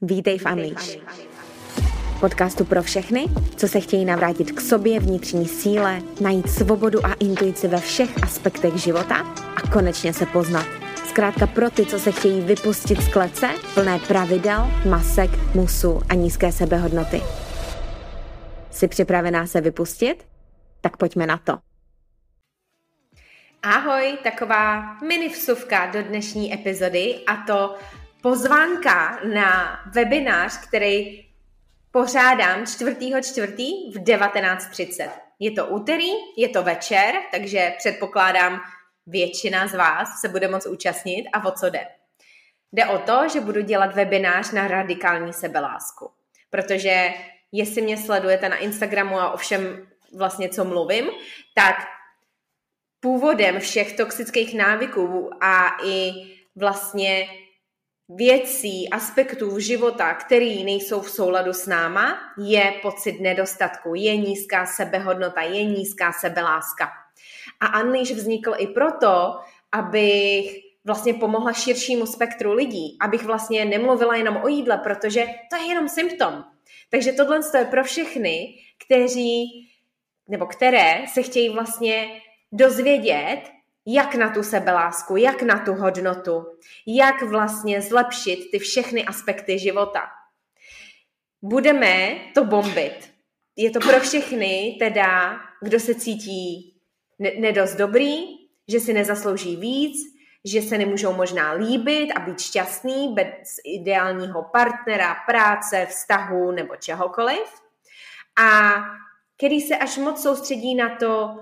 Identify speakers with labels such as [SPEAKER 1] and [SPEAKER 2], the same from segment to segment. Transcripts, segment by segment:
[SPEAKER 1] Vítej v Unleash. Podcastu pro všechny, co se chtějí navrátit k sobě, vnitřní síle, najít svobodu a intuici ve všech aspektech života a konečně se poznat. Zkrátka pro ty, co se chtějí vypustit z klece, plné pravidel, masek, musu a nízké sebehodnoty. Jsi připravená se vypustit? Tak pojďme na to. Ahoj, taková mini vsuvka do dnešní epizody a to pozvánka na webinář, který pořádám 4.4. v 19:30. Je to úterý, je to večer, takže předpokládám, většina z vás se bude moct účastnit. A o co jde? Jde o to, že budu dělat webinář na radikální sebelásku. Protože jestli mě sledujete na Instagramu a o všem vlastně, co mluvím, tak původem všech toxických návyků a i vlastně věcí, aspektů života, který nejsou v souladu s náma, je pocit nedostatku, je nízká sebehodnota, je nízká sebeláska. A Unleash vznikl i proto, abych vlastně pomohla širšímu spektru lidí, abych vlastně nemluvila jenom o jídle, protože to je jenom symptom. Takže tohle je pro všechny, které se chtějí vlastně dozvědět, jak na tu sebelásku, jak na tu hodnotu, jak vlastně zlepšit ty všechny aspekty života. Budeme to bombit. Je to pro všechny, teda, kdo se cítí nedost dobrý, že si nezaslouží víc, že se nemůžou možná líbit a být šťastný bez ideálního partnera, práce, vztahu nebo čehokoliv. A který se až moc soustředí na to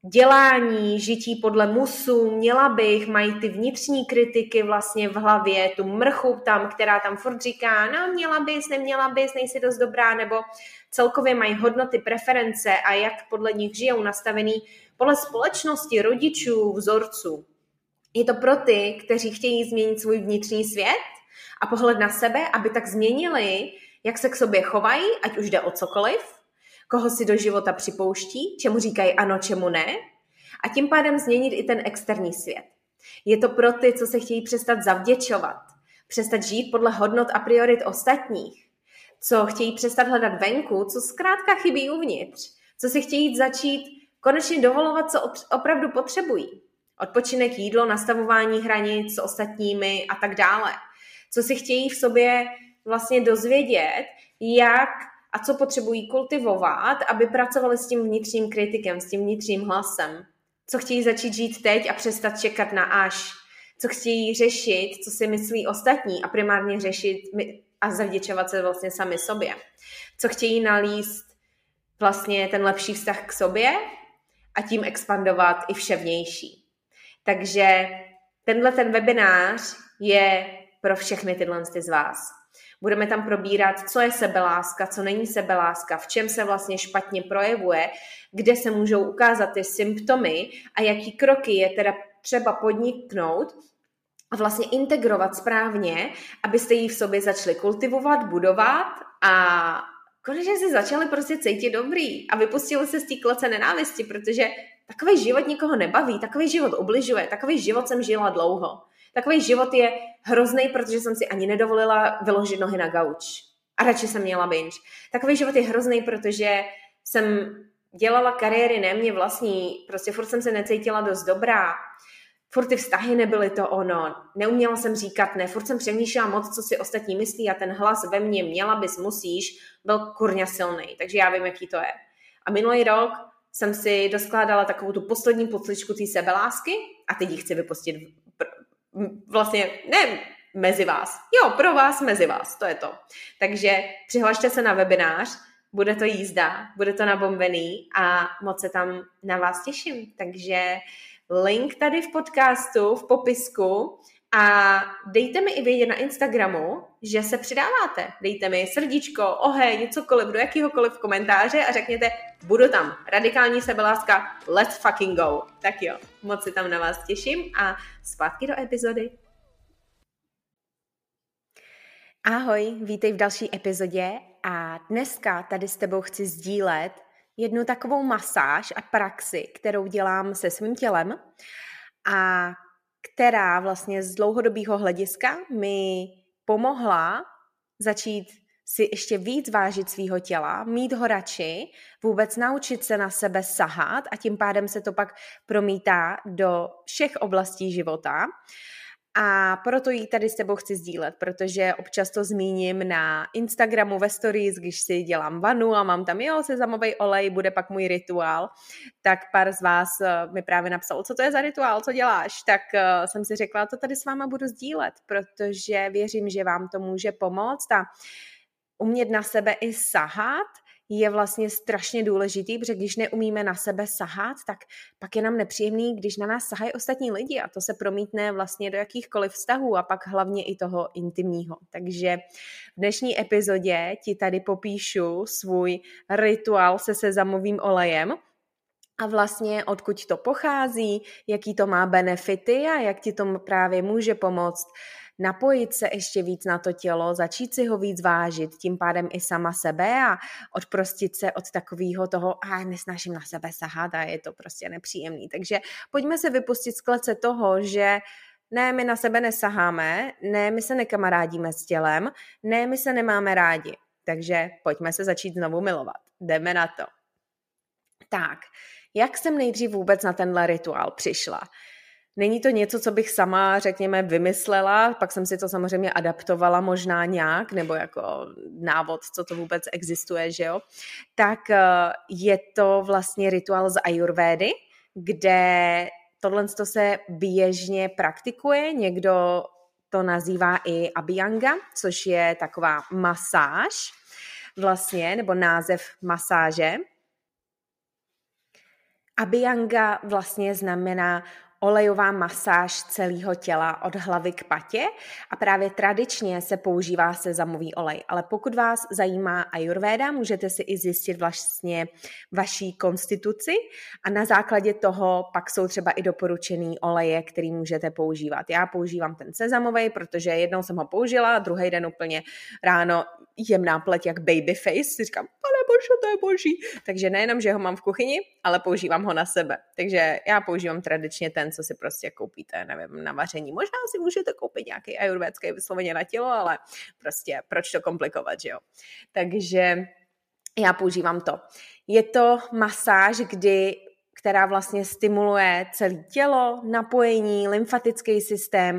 [SPEAKER 1] dělání, žití podle musu, měla bych, mají ty vnitřní kritiky vlastně v hlavě, tu mrchu tam, která tam furt říká, no měla bys, neměla bys, nejsi dost dobrá, nebo celkově mají hodnoty, preference a jak podle nich žijou nastavený podle společnosti, rodičů, vzorců. Je to pro ty, kteří chtějí změnit svůj vnitřní svět a pohled na sebe, aby tak změnili, jak se k sobě chovají, ať už jde o cokoliv, koho si do života připouští, čemu říkají ano, čemu ne, a tím pádem změnit i ten externí svět. Je to pro ty, co se chtějí přestat zavděčovat, přestat žít podle hodnot a priorit ostatních, co chtějí přestat hledat venku, co zkrátka chybí uvnitř, co si chtějí začít konečně dovolovat, co opravdu potřebují. Odpočinek, jídlo, nastavování hranic s ostatními a tak dále. Co si chtějí v sobě vlastně dozvědět, jak a co potřebují kultivovat, aby pracovali s tím vnitřním kritikem, s tím vnitřním hlasem. Co chtějí začít žít teď a přestat čekat na až. Co chtějí řešit, co si myslí ostatní a primárně řešit a zavděčovat se vlastně sami sobě. Co chtějí nalíst vlastně ten lepší vztah k sobě a tím expandovat i vše vnější. Takže ten webinář je pro všechny tyhle z vás. Budeme tam probírat, co je sebeláska, co není sebeláska, v čem se vlastně špatně projevuje, kde se můžou ukázat ty symptomy a jaký kroky je teda třeba podniknout a vlastně integrovat správně, abyste ji v sobě začali kultivovat, budovat a konečně si začali prostě cítit dobrý a vypustili se z té klece nenávisti, protože takový život nikoho nebaví, takový život ubližuje, takový život jsem žila dlouho. Takový život je hrozný, protože jsem si ani nedovolila vyložit nohy na gauč. A radši jsem měla binge. Takový život je hrozný, protože jsem dělala kariéry ne mě vlastní, prostě furt jsem se necítila dost dobrá. Furt ty vztahy nebyly to ono. Neuměla jsem říkat ne, furt jsem přemýšlela moc, co si ostatní myslí a ten hlas ve mně měla bys, musíš, byl kurňa silný. Takže já vím, jaký to je. A minulý rok jsem si doskládala takovou tu poslední pocličku té sebelásky a teď ji chci vypustit vlastně ne mezi vás. Jo, pro vás, mezi vás, to je to. Takže přihlašte se na webinář, bude to jízda, bude to nabombený a moc se tam na vás těším. Takže link tady v podcastu, v popisku a dejte mi i vědět na Instagramu, že se přidáváte. Dejte mi srdíčko, oheň, cokoliv, do jakýhokoliv komentáře a řekněte, budu tam. Radikální sebeláska, let's fucking go. Tak jo, moc se tam na vás těším a zpátky do epizody. Ahoj, vítej v další epizodě a dneska tady s tebou chci sdílet jednu takovou masáž a praxi, kterou dělám se svým tělem a která vlastně z dlouhodobého hlediska mi pomohla začít si ještě víc vážit svýho těla, mít ho radši, vůbec naučit se na sebe sahat a tím pádem se to pak promítá do všech oblastí života. A proto ji tady s tebou chci sdílet, protože občas to zmíním na Instagramu ve stories, když si dělám vanu a mám tam, sezamový olej, bude pak můj rituál, tak pár z vás mi právě napsalo, co to je za rituál, co děláš, tak jsem si řekla, to tady s váma budu sdílet, protože věřím, že vám to může pomoct a umět na sebe i sahat je vlastně strašně důležitý, protože když neumíme na sebe sahat, tak pak je nám nepříjemný, když na nás sahají ostatní lidi a to se promítne vlastně do jakýchkoliv vztahů a pak hlavně i toho intimního. Takže v dnešní epizodě ti tady popíšu svůj rituál se sezamovým olejem a vlastně odkud to pochází, jaký to má benefity a jak ti to právě může pomoct napojit se ještě víc na to tělo, začít si ho víc vážit, tím pádem i sama sebe a odprostit se od takového toho, nesnáším na sebe sahat a je to prostě nepříjemný. Takže pojďme se vypustit z klece toho, že ne, my na sebe nesaháme, ne, my se nekamarádíme s tělem, ne, my se nemáme rádi. Takže pojďme se začít znovu milovat. Jdeme na to. Tak, jak jsem nejdřív vůbec na tenhle rituál přišla? Není to něco, co bych sama, řekněme, vymyslela, pak jsem si to samozřejmě adaptovala možná nějak, nebo jako návod, co to vůbec existuje, že jo? Tak je to vlastně rituál z Ayurvédy, kde tohle se běžně praktikuje, někdo to nazývá i Abhyanga, což je taková masáž vlastně, nebo název masáže. Abhyanga vlastně znamená olejová masáž celého těla od hlavy k patě a právě tradičně se používá sezamový olej. Ale pokud vás zajímá Ayurvéda, můžete si i zjistit vlastně vaší konstituci a na základě toho pak jsou třeba i doporučený oleje, který můžete používat. Já používám ten sezamový, protože jednou jsem ho použila, druhý den úplně ráno jemná pleť jak babyface, si říkám, pane bože, to je boží. Takže nejenom, že ho mám v kuchyni, ale používám ho na sebe. Takže já používám tradičně ten, co si prostě koupíte, nevím, na vaření. Možná si můžete koupit nějaký ajurvédský vysloveně na tělo, ale prostě proč to komplikovat, že jo? Takže já používám to. Je to masáž, která vlastně stimuluje celé tělo, napojení, lymfatický systém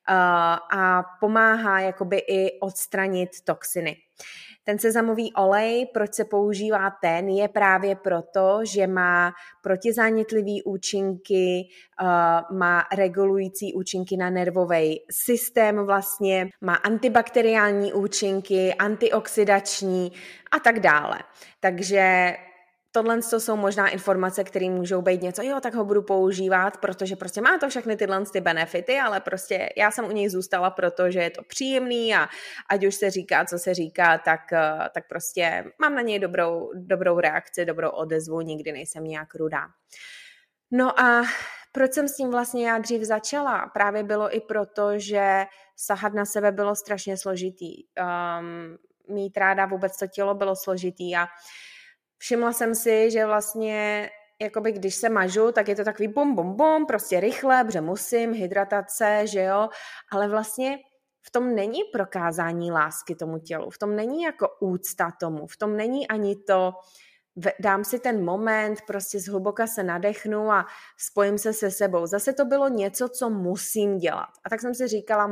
[SPEAKER 1] a pomáhá jakoby i odstranit toxiny. Ten sezamový olej, proč se používá ten, je právě proto, že má protizánětlivý účinky, má regulující účinky na nervový systém vlastně, má antibakteriální účinky, antioxidační a tak dále. Takže tohle jsou možná informace, které můžou být něco, tak ho budu používat, protože prostě má to všechny tyhle benefity, ale prostě já jsem u něj zůstala, protože je to příjemný a ať už se říká, co se říká, tak prostě mám na něj dobrou reakci, dobrou odezvu, nikdy nejsem nějak rudá. No a proč jsem s tím vlastně já dřív začala? Právě bylo i proto, že sahat na sebe bylo strašně složitý. Mít ráda vůbec to tělo bylo složitý a všimla jsem si, že vlastně, jakoby když se mažu, tak je to takový bum, prostě rychle, protože musím, hydratace, že jo, ale vlastně v tom není prokázání lásky tomu tělu, v tom není jako úcta tomu, v tom není ani to, dám si ten moment, prostě zhluboka se nadechnu a spojím se se sebou. Zase to bylo něco, co musím dělat. A tak jsem si říkala,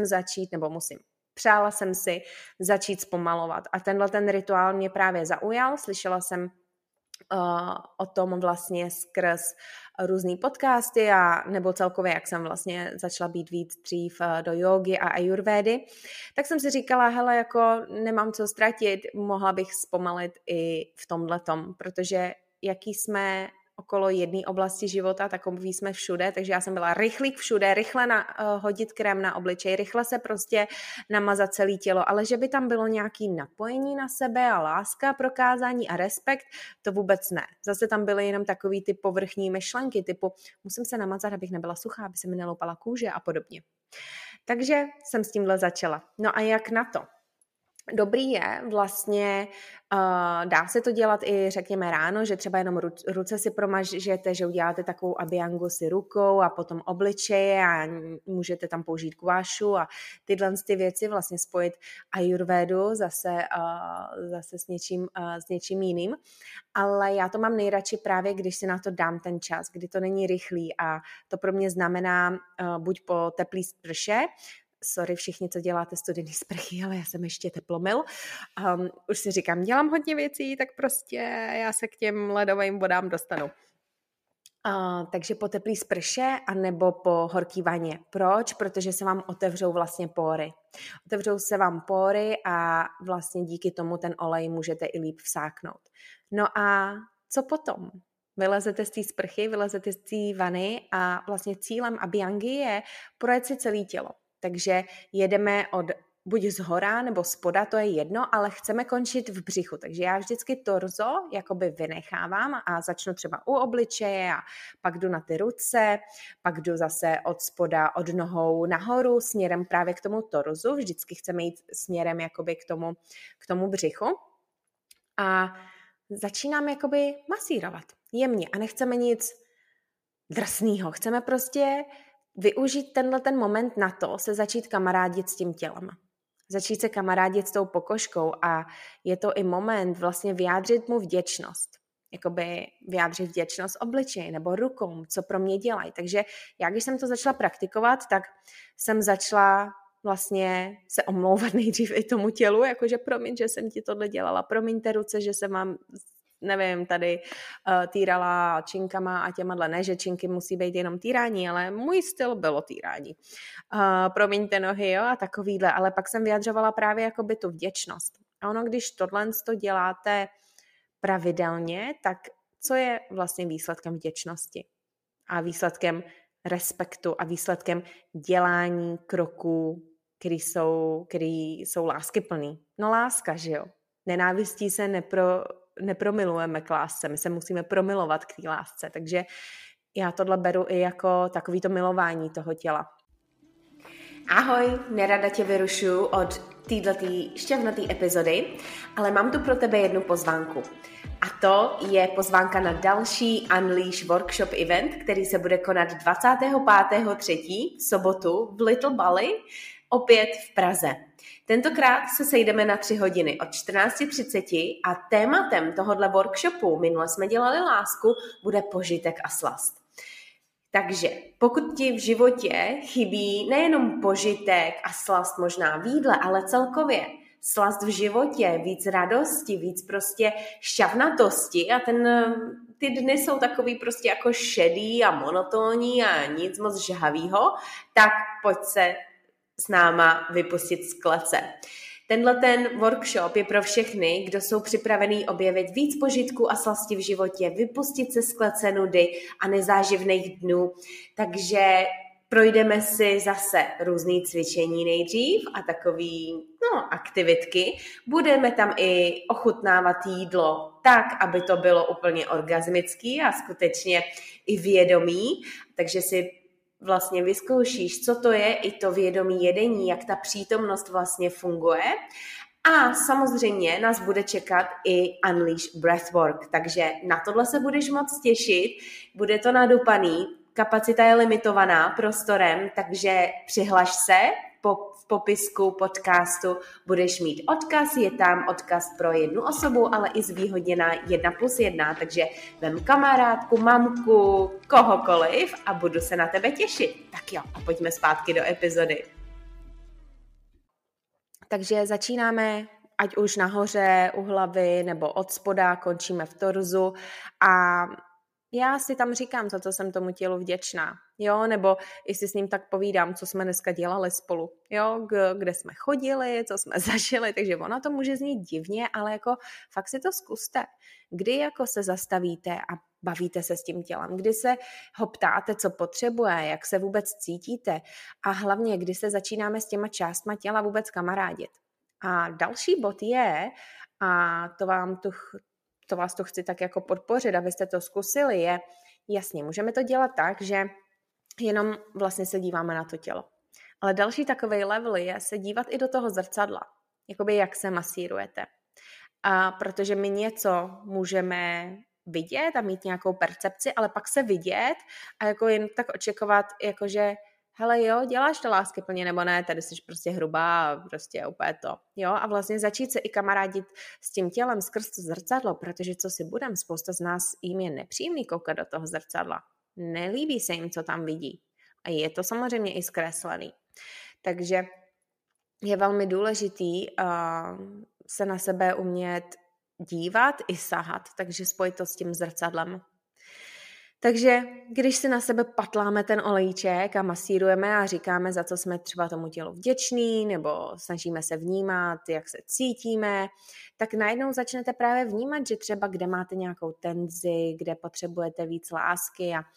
[SPEAKER 1] přála jsem si začít zpomalovat. A ten rituál mě právě zaujal. Slyšela jsem o tom vlastně skrz různý podcasty a nebo celkově, jak jsem vlastně začala být víc dřív do jógy a ajurvédy, tak jsem si říkala, hele, jako nemám co ztratit, mohla bych zpomalit i v tomhletom, protože jaký jsme okolo jedné oblasti života, takový jsme všude, takže já jsem byla rychlík všude, rychle hodit krém na obličej, rychle se prostě namazat celé tělo, ale že by tam bylo nějaké napojení na sebe a láska, prokázání a respekt, to vůbec ne. Zase tam byly jenom takový ty povrchní myšlenky, typu musím se namazat, abych nebyla suchá, aby se mi neloupala kůže a podobně. Takže jsem s tímhle začala. No a jak na to? dobrý je vlastně, dá se to dělat i řekněme ráno, že třeba jenom ruce si promažete, že uděláte takovou abhyangu si rukou a potom obličeje a můžete tam použít guášu a tyhle ty věci vlastně spojit ajurvédu zase s něčím jiným. Ale já to mám nejradši právě, když si na to dám ten čas, kdy to není rychlý a to pro mě znamená buď po teplý sprše, sorry všichni, co děláte studený sprchy, ale já jsem ještě teplomil. Už si říkám, dělám hodně věcí, tak prostě já se k těm ledovým vodám dostanu. Takže po teplý sprše anebo po horký vaně. Proč? Protože se vám otevřou vlastně pory. Otevřou se vám pory a vlastně díky tomu ten olej můžete i líp vsáknout. No a co potom? Vylezete z té sprchy, vylezete z té vany a vlastně cílem abhyangy je projet si celé tělo. Takže jedeme od buď z hora nebo spoda, to je jedno, ale chceme končit v břichu. Takže já vždycky torzo jakoby vynechávám a začnu třeba u obličeje a pak jdu na ty ruce, pak jdu zase od spoda, od nohou nahoru směrem právě k tomu torzu. Vždycky chceme jít směrem jakoby k tomu břichu. A začínám jakoby masírovat jemně a nechceme nic drsného. Chceme prostě využít ten moment na to, se začít kamarádit s tím tělem. Začít se kamarádit s tou pokožkou a je to i moment vlastně vyjádřit mu vděčnost. Jakoby vyjádřit vděčnost obličeji nebo rukou, co pro mě dělají. Takže já, když jsem to začala praktikovat, tak jsem začala vlastně se omlouvat nejdřív i tomu tělu, jakože promiň, že jsem ti tohle dělala, promiňte ruce, že jsem vám nevím, tady týrala činkama a těmadle, ne, že činky musí být jenom týrání, ale můj styl bylo týrání. Promiňte nohy, jo, a takovýhle, ale pak jsem vyjadřovala právě jakoby tu vděčnost. A ono, když tohle to děláte pravidelně, tak co je vlastně výsledkem vděčnosti? A výsledkem respektu a výsledkem dělání kroků, který jsou láskyplný. No láska, že jo? Nenávistí se nepromilujeme k lásce, my se musíme promilovat k té lásce, takže já tohle beru i jako takovýto milování toho těla. Ahoj, nerada tě vyrušuju od této šťavnaté epizody, ale mám tu pro tebe jednu pozvánku. A to je pozvánka na další Unleash workshop event, který se bude konat 25.3. v sobotu v Little Bali, opět v Praze. Tentokrát se sejdeme na 3 hodiny od 14:30 a tématem tohohle workshopu, minule jsme dělali lásku, bude požitek a slast. Takže pokud ti v životě chybí nejenom požitek a slast možná v jídle, ale celkově slast v životě, víc radosti, víc prostě šťavnatosti a ty dny jsou takový prostě jako šedý a monotónní a nic moc žhavýho, tak pojď se s náma vypustit z klece. Ten workshop je pro všechny, kdo jsou připravení objevit víc požitku a slasti v životě, vypustit se z klece nudy a nezáživných dnů. Takže projdeme si zase různý cvičení nejdřív a takový aktivitky. Budeme tam i ochutnávat jídlo tak, aby to bylo úplně orgasmický a skutečně i vědomý. Takže si vlastně vyzkoušíš, co to je i to vědomí jedení, jak ta přítomnost vlastně funguje. A samozřejmě nás bude čekat i Unleash Breathwork, takže na tohle se budeš moc těšit, bude to nadupaný, kapacita je limitovaná prostorem, takže přihlaš se, v popisku podcastu budeš mít odkaz, je tam odkaz pro 1 osobu, ale i zvýhodněná 1+1, takže vem kamarádku, mamku, kohokoliv a budu se na tebe těšit. Tak jo, a pojďme zpátky do epizody. Takže začínáme ať už nahoře u hlavy nebo od spoda, končíme v torzu a já si tam říkám, za co jsem tomu tělu vděčná, jo, nebo jestli s ním tak povídám, co jsme dneska dělali spolu, jo, kde jsme chodili, co jsme zažili, takže ono to může znít divně, ale jako fakt si to zkuste. Kdy jako se zastavíte a bavíte se s tím tělem, kdy se ho ptáte, co potřebuje, jak se vůbec cítíte a hlavně, kdy se začínáme s těma částma těla vůbec kamarádit. A další bod je, a to vás tu chci tak jako podpořit, abyste to zkusili, je jasně, můžeme to dělat tak, že jenom vlastně se díváme na to tělo. Ale další takovej level je se dívat i do toho zrcadla. jakoby jak se masírujete. A protože my něco můžeme vidět a mít nějakou percepci, ale pak se vidět a jako jen tak očekovat, jakože hele jo, děláš to láskyplně nebo ne, tady jsi prostě hrubá a prostě úplně to. Jo, a vlastně začít se i kamarádit s tím tělem skrz to zrcadlo, protože co si budem, spousta z nás jim je nepříjemný koukat do toho zrcadla. Nelíbí se jim, co tam vidí. A je to samozřejmě i zkreslený. Takže je velmi důležitý se na sebe umět dívat i sahat, takže spojit to s tím zrcadlem. Takže když si na sebe patláme ten olejček a masírujeme a říkáme, za co jsme třeba tomu tělu vděční, nebo snažíme se vnímat, jak se cítíme, tak najednou začnete právě vnímat, že třeba kde máte nějakou tenzi, kde potřebujete víc lásky a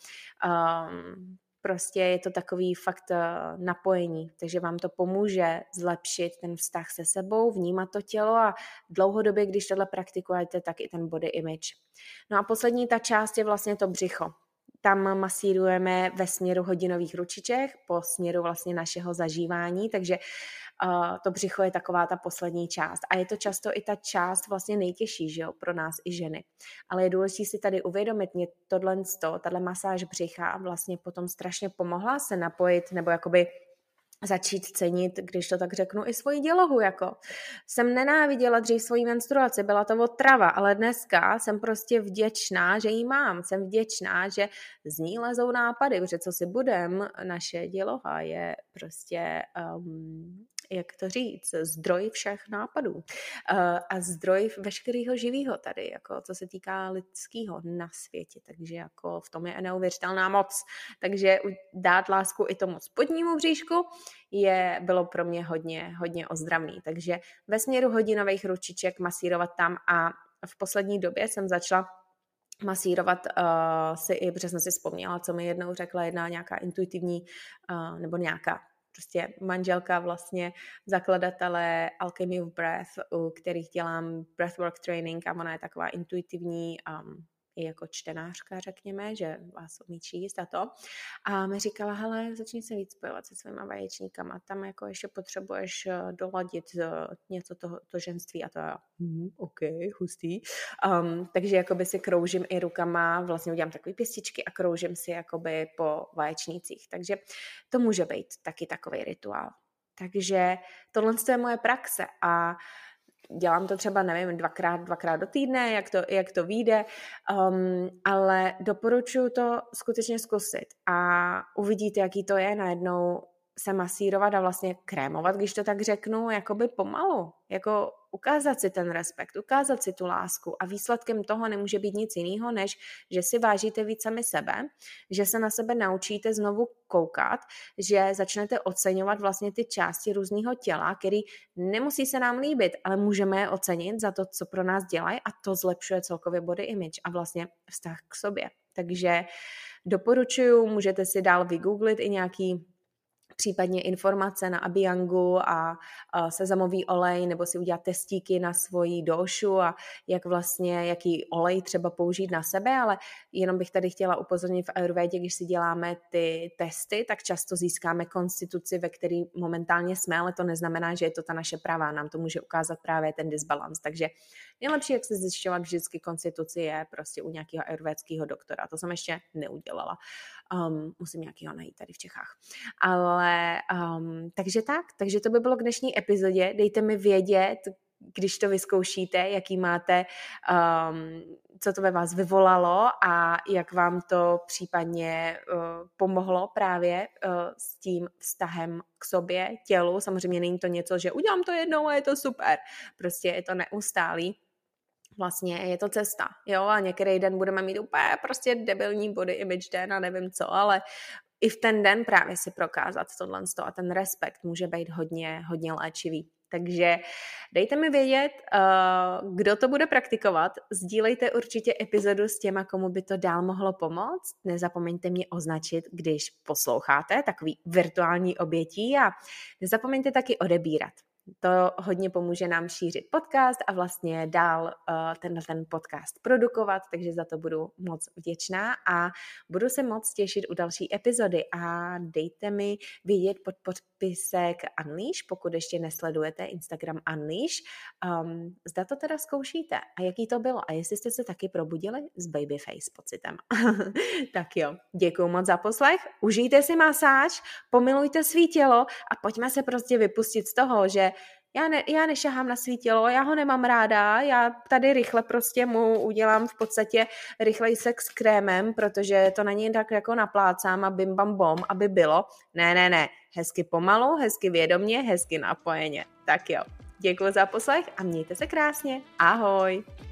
[SPEAKER 1] prostě je to takový fakt napojení, takže vám to pomůže zlepšit ten vztah se sebou, vnímat to tělo a dlouhodobě, když tohle praktikujete, tak i ten body image. No a poslední ta část je vlastně to břicho. Tam masírujeme ve směru hodinových ručiček, po směru vlastně našeho zažívání, takže to břicho je taková ta poslední část. A je to často i ta část vlastně nejtěžší, že jo, pro nás i ženy. Ale je důležité si tady uvědomit, mě tahle masáž břicha vlastně potom strašně pomohla se napojit nebo jakoby začít cenit, když to tak řeknu, i svoji dělohu, jako. Jsem nenáviděla dřív svoji menstruaci, byla to otrava, ale dneska jsem prostě vděčná, že ji mám. Jsem vděčná, že z ní lezou nápady, protože co si budem, naše děloha je prostě, jak to říct, zdroj všech nápadů a zdroj veškerého živého tady, jako co se týká lidského na světě, takže jako v tom je neuvěřitelná moc. Takže dát lásku i tomu spodnímu bříšku bylo pro mě hodně ozdravný. Takže ve směru hodinových ručiček masírovat tam a v poslední době jsem začala masírovat protože jsem si vzpomněla, co mi jednou řekla jedna nějaká intuitivní nebo nějaká prostě manželka vlastně zakladatele Alchemy of Breath, u kterých dělám breathwork training a ona je taková intuitivní i jako čtenářka, řekněme, že vás umí číst a to. A mi říkala, hele, začni se víc spojovat se svýma vaječníkama, tam jako ještě potřebuješ doladit něco to ženství a to já, OK, hustý. Takže jakoby si kroužím i rukama, vlastně udělám takové pěstičky a kroužím si jakoby po vaječnících. Takže to může být taky takový rituál. Takže tohle je moje praxe a dělám to třeba, nevím, dvakrát do týdne, jak to vyjde, ale doporučuji to skutečně zkusit a uvidíte, jaký to je najednou se masírovat a vlastně krémovat, když to tak řeknu, jakoby pomalu, jako ukázat si ten respekt, ukázat si tu lásku a výsledkem toho nemůže být nic jiného, než že si vážíte víc sami sebe, že se na sebe naučíte znovu koukat, že začnete oceňovat vlastně ty části různého těla, který nemusí se nám líbit, ale můžeme je ocenit za to, co pro nás dělají a to zlepšuje celkově body image a vlastně vztah k sobě. Takže doporučuju, můžete si dál vygooglit i nějaký případně informace na Abhyangu a sezamový olej, nebo si udělat testíky na svoji dóšu a jaký olej třeba použít na sebe, ale jenom bych tady chtěla upozornit v Ayurvédě, když si děláme ty testy, tak často získáme konstituci, ve který momentálně jsme, ale to neznamená, že je to ta naše pravá, nám to může ukázat právě ten disbalans. Takže nejlepší, jak se zjišťovat vždycky konstituci, je prostě u nějakého ayurvédského doktora. To jsem ještě neudělala. Musím nějakého najít tady v Čechách. Takže to by bylo k dnešní epizodě. Dejte mi vědět, když to vyzkoušíte, jaký máte, co to ve vás vyvolalo a jak vám to případně pomohlo právě s tím vztahem k sobě, tělu. Samozřejmě není to něco, že udělám to jednou a je to super. Prostě je to neustálý. Vlastně je to cesta, jo, a některý den budeme mít úplně prostě debilní body image den a nevím co, ale i v ten den právě si prokázat tohle a ten respekt může být hodně léčivý. Takže dejte mi vědět, kdo to bude praktikovat. Sdílejte určitě epizodu s těma, komu by to dál mohlo pomoct. Nezapomeňte mě označit, když posloucháte takový virtuální obětí a nezapomeňte taky odebírat. To hodně pomůže nám šířit podcast a vlastně dál ten podcast produkovat, takže za to budu moc vděčná a budu se moc těšit u další epizody a dejte mi vědět pod podpisek Unleash, pokud ještě nesledujete Instagram Unleash, zda to teda zkoušíte a jaký to bylo a jestli jste se taky probudili s babyface pocitem. Tak jo, děkuju moc za poslech, užijte si masáž, pomilujte svý tělo a pojďme se prostě vypustit z toho, že já nešahám na svý tělo, já ho nemám ráda, já tady rychle prostě mu udělám v podstatě rychlej sex s krémem, protože to na něj tak jako naplácám a bim bam bom, aby bylo. Ne, hezky pomalu, hezky vědomně, hezky napojeně. Tak jo, děkuji za poslech a mějte se krásně. Ahoj!